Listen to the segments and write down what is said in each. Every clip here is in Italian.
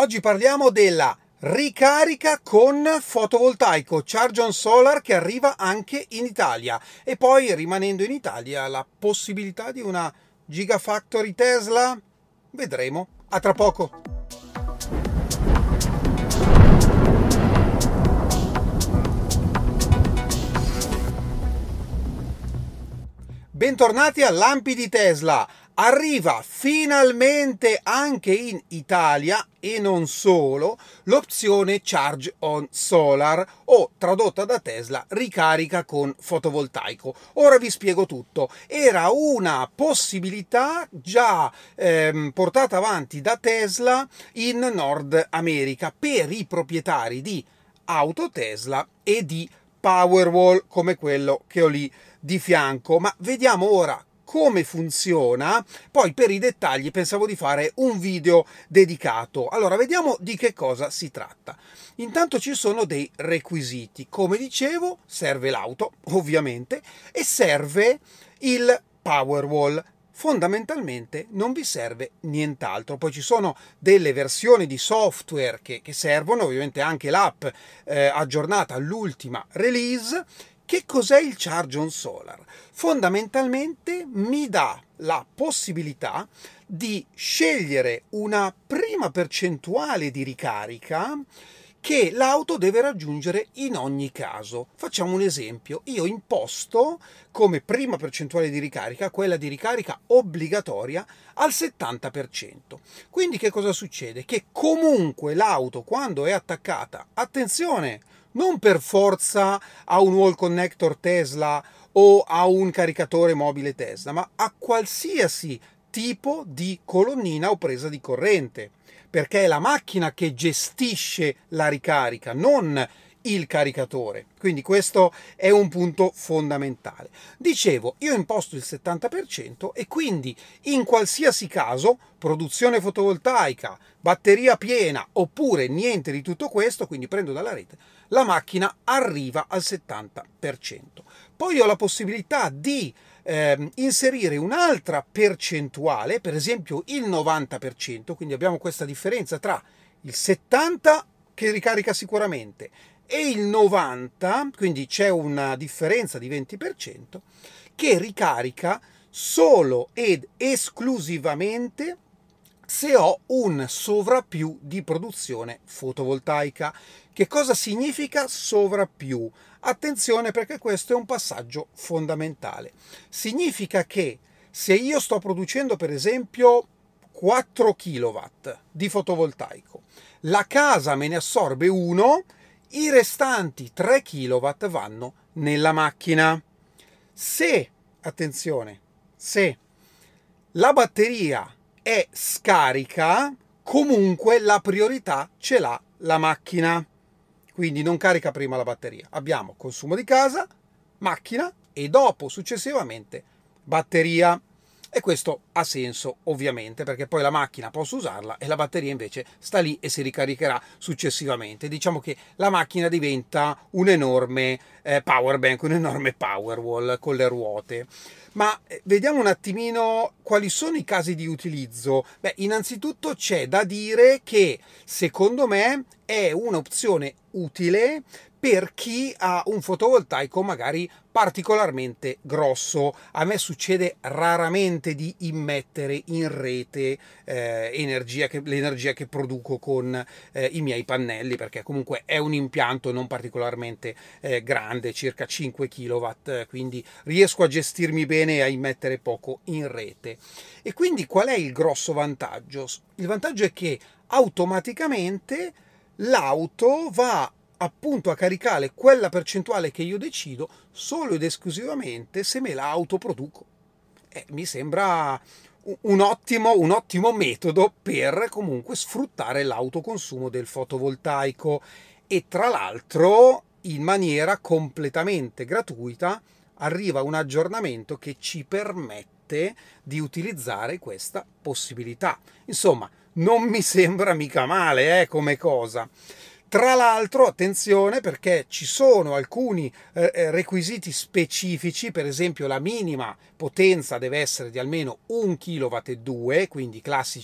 Oggi parliamo della ricarica con fotovoltaico Charge on Solar che arriva anche in Italia e poi, rimanendo in Italia, la possibilità di una Gigafactory Tesla? Vedremo. A tra poco. Bentornati a Lampi di Tesla. Arriva finalmente anche in Italia e non solo l'opzione Charge on Solar o, tradotta da Tesla, ricarica con fotovoltaico. Ora vi spiego tutto. Era una possibilità già portata avanti da Tesla in Nord America per i proprietari di auto Tesla e di Powerwall come quello che ho lì di fianco, ma vediamo ora come funziona. Poi per i dettagli pensavo di fare un video dedicato. Allora, vediamo di che cosa si tratta. Intanto ci sono dei requisiti. Come dicevo, serve l'auto, ovviamente, e serve il Powerwall. Fondamentalmente non vi serve nient'altro. Poi ci sono delle versioni di software che servono, ovviamente anche l'app aggiornata all'ultima release. Che cos'è il Charge on Solar? Fondamentalmente mi dà la possibilità di scegliere una prima percentuale di ricarica che l'auto deve raggiungere in ogni caso. Facciamo un esempio. Io imposto come prima percentuale di ricarica quella di ricarica obbligatoria al 70%. Quindi che cosa succede? Che comunque l'auto, quando è attaccata, attenzione, non per forza a un wall connector Tesla o a un caricatore mobile Tesla, ma a qualsiasi tipo di colonnina o presa di corrente, perché è la macchina che gestisce la ricarica, non il caricatore. Quindi questo è un punto fondamentale. Dicevo, io imposto il 70% e quindi in qualsiasi caso, produzione fotovoltaica, batteria piena oppure niente di tutto questo, quindi prendo dalla rete, la macchina arriva al 70%. Poi ho la possibilità di inserire un'altra percentuale, per esempio il 90%, quindi abbiamo questa differenza tra il 70% che ricarica sicuramente e il 90%, quindi c'è una differenza di 20%, che ricarica solo ed esclusivamente se ho un sovrappiù di produzione fotovoltaica. Che cosa significa sovrappiù? Attenzione, perché questo è un passaggio fondamentale. Significa che se io sto producendo per esempio 4 kW di fotovoltaico, la casa me ne assorbe 1, i restanti 3 kW vanno nella macchina. Se, attenzione, se la batteria è scarica, comunque la priorità ce l'ha la macchina. Quindi non carica prima la batteria. Abbiamo consumo di casa, macchina e dopo, successivamente, batteria. E questo ha senso, ovviamente, perché poi la macchina posso usarla e la batteria invece sta lì e si ricaricherà successivamente. Diciamo che la macchina diventa un enorme power bank, un enorme Powerwall con le ruote. Ma vediamo un attimino quali sono i casi di utilizzo. Beh, innanzitutto c'è da dire che secondo me è un'opzione utile per chi ha un fotovoltaico magari particolarmente grosso. A me succede raramente di immettere in rete l'energia che produco con i miei pannelli, perché comunque è un impianto non particolarmente grande, circa 5 kW, quindi riesco a gestirmi bene e a immettere poco in rete. E quindi qual è il grosso vantaggio? Il vantaggio è che automaticamente l'auto va appunto a caricare quella percentuale che io decido solo ed esclusivamente se me la autoproduco. Mi sembra un ottimo metodo per comunque sfruttare l'autoconsumo del fotovoltaico e tra l'altro in maniera completamente gratuita arriva un aggiornamento che ci permette di utilizzare questa possibilità. Insomma, non mi sembra mica male come cosa. Tra l'altro, attenzione, perché ci sono alcuni requisiti specifici, per esempio la minima potenza deve essere di almeno 1,2 kW, quindi classici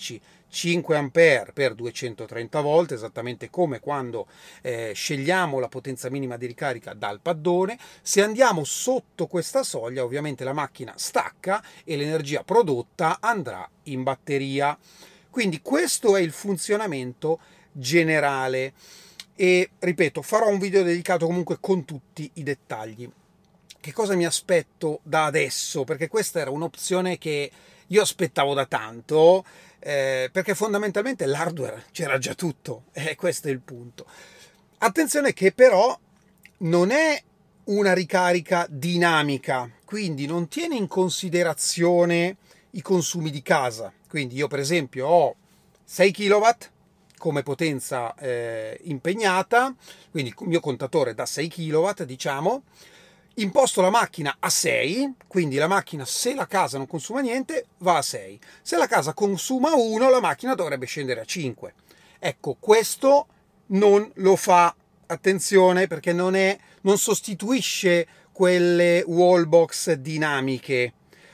5 ampere per 230 volt, esattamente come quando scegliamo la potenza minima di ricarica dal paddone. Se andiamo sotto questa soglia, ovviamente la macchina stacca e l'energia prodotta andrà in batteria. Quindi questo è il funzionamento generale e, ripeto, farò un video dedicato comunque con tutti i dettagli. Che cosa mi aspetto da adesso? Perché questa era un'opzione che io aspettavo da tanto, perché fondamentalmente l'hardware c'era già tutto, e questo è il punto. Attenzione che però non è una ricarica dinamica, quindi non tiene in considerazione i consumi di casa. Quindi io per esempio ho 6 kW come potenza impegnata, quindi il mio contatore da 6 kW, diciamo, imposto la macchina a 6, quindi la macchina, se la casa non consuma niente, va a 6. Se la casa consuma 1, la macchina dovrebbe scendere a 5. Ecco, questo non lo fa. Attenzione, perché non sostituisce quelle wallbox dinamiche.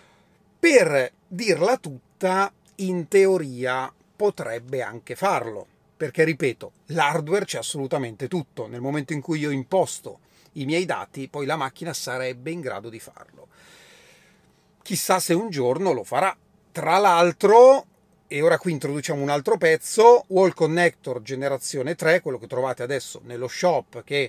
Per dirla tutta, in teoria potrebbe anche farlo, perché ripeto, l'hardware c'è assolutamente tutto. Nel momento in cui io imposto i miei dati, poi la macchina sarebbe in grado di farlo. Chissà se un giorno lo farà. Tra l'altro, e ora qui introduciamo un altro pezzo, Wall Connector generazione 3, quello che trovate adesso nello shop, che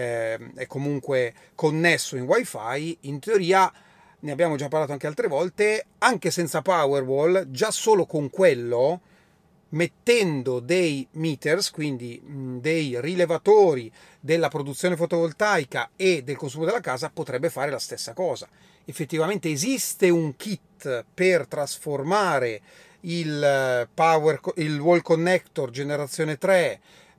è comunque connesso in wifi, in teoria, ne abbiamo già parlato anche altre volte, anche senza Powerwall, già solo con quello, mettendo dei meters, quindi dei rilevatori della produzione fotovoltaica e del consumo della casa, potrebbe fare la stessa cosa. Effettivamente esiste un kit per trasformare il Wall Connector generazione 3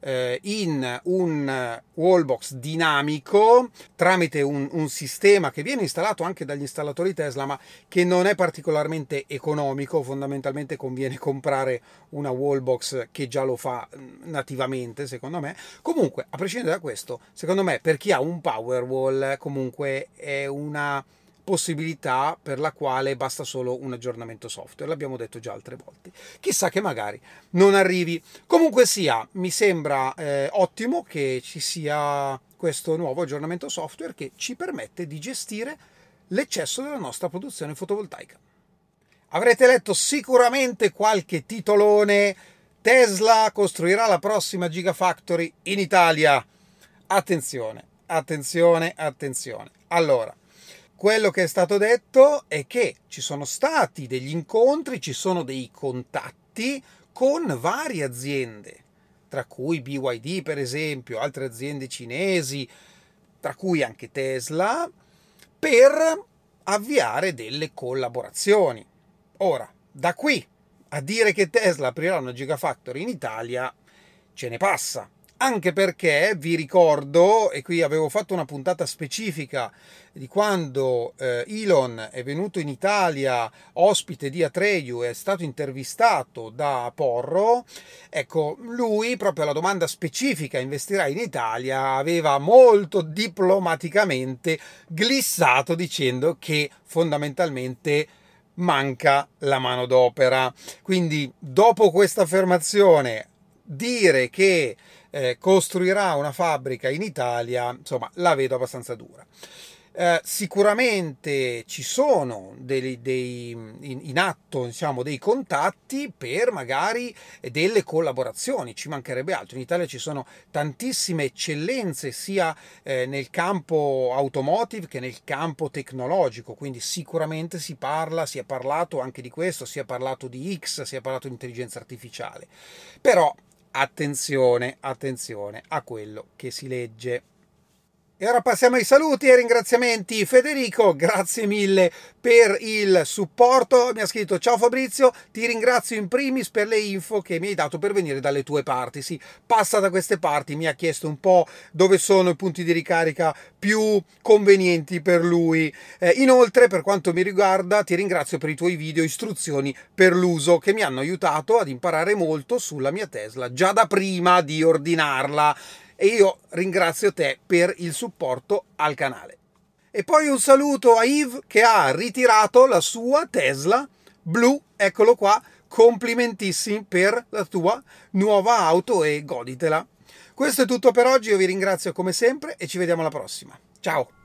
in un wallbox dinamico tramite un sistema che viene installato anche dagli installatori Tesla, ma che non è particolarmente economico. Fondamentalmente conviene comprare una wallbox che già lo fa nativamente, secondo me. Comunque, a prescindere da questo, secondo me per chi ha un Powerwall comunque è una possibilità per la quale basta solo un aggiornamento software, l'abbiamo detto già altre volte. Chissà che magari non arrivi. Comunque sia, mi sembra ottimo che ci sia questo nuovo aggiornamento software che ci permette di gestire l'eccesso della nostra produzione fotovoltaica. Avrete letto sicuramente qualche titolone: Tesla costruirà la prossima Gigafactory in Italia. Attenzione, attenzione, attenzione. Allora, quello che è stato detto è che ci sono stati degli incontri, ci sono dei contatti con varie aziende, tra cui BYD per esempio, altre aziende cinesi, tra cui anche Tesla, per avviare delle collaborazioni. Ora, da qui a dire che Tesla aprirà una Gigafactory in Italia, ce ne passa. Anche perché vi ricordo, e qui avevo fatto una puntata specifica di quando Elon è venuto in Italia ospite di Atreyu, è stato intervistato da Porro. Ecco, lui proprio alla domanda specifica: investirà in Italia, aveva molto diplomaticamente glissato dicendo che fondamentalmente manca la manodopera. Quindi dopo questa affermazione, dire che costruirà una fabbrica in Italia, insomma, la vedo abbastanza dura. Sicuramente ci sono in atto, diciamo, dei contatti per magari delle collaborazioni, ci mancherebbe altro. In Italia ci sono tantissime eccellenze sia nel campo automotive che nel campo tecnologico, quindi sicuramente si è parlato anche di questo, si è parlato di X, si è parlato di intelligenza artificiale. Però attenzione a quello che si legge. E ora passiamo ai saluti e ai ringraziamenti. Federico, grazie mille per il supporto. Mi ha scritto: ciao Fabrizio, ti ringrazio in primis per le info che mi hai dato per venire dalle tue parti. Sì, passa da queste parti, mi ha chiesto un po' dove sono i punti di ricarica più convenienti per lui. Inoltre, per quanto mi riguarda, ti ringrazio per i tuoi video istruzioni per l'uso, che mi hanno aiutato ad imparare molto sulla mia Tesla già da prima di ordinarla. E io ringrazio te per il supporto al canale. E poi un saluto a Yves, che ha ritirato la sua Tesla blu, eccolo qua, complimentissimi per la tua nuova auto e goditela. Questo è tutto per oggi, io vi ringrazio come sempre e ci vediamo alla prossima. Ciao!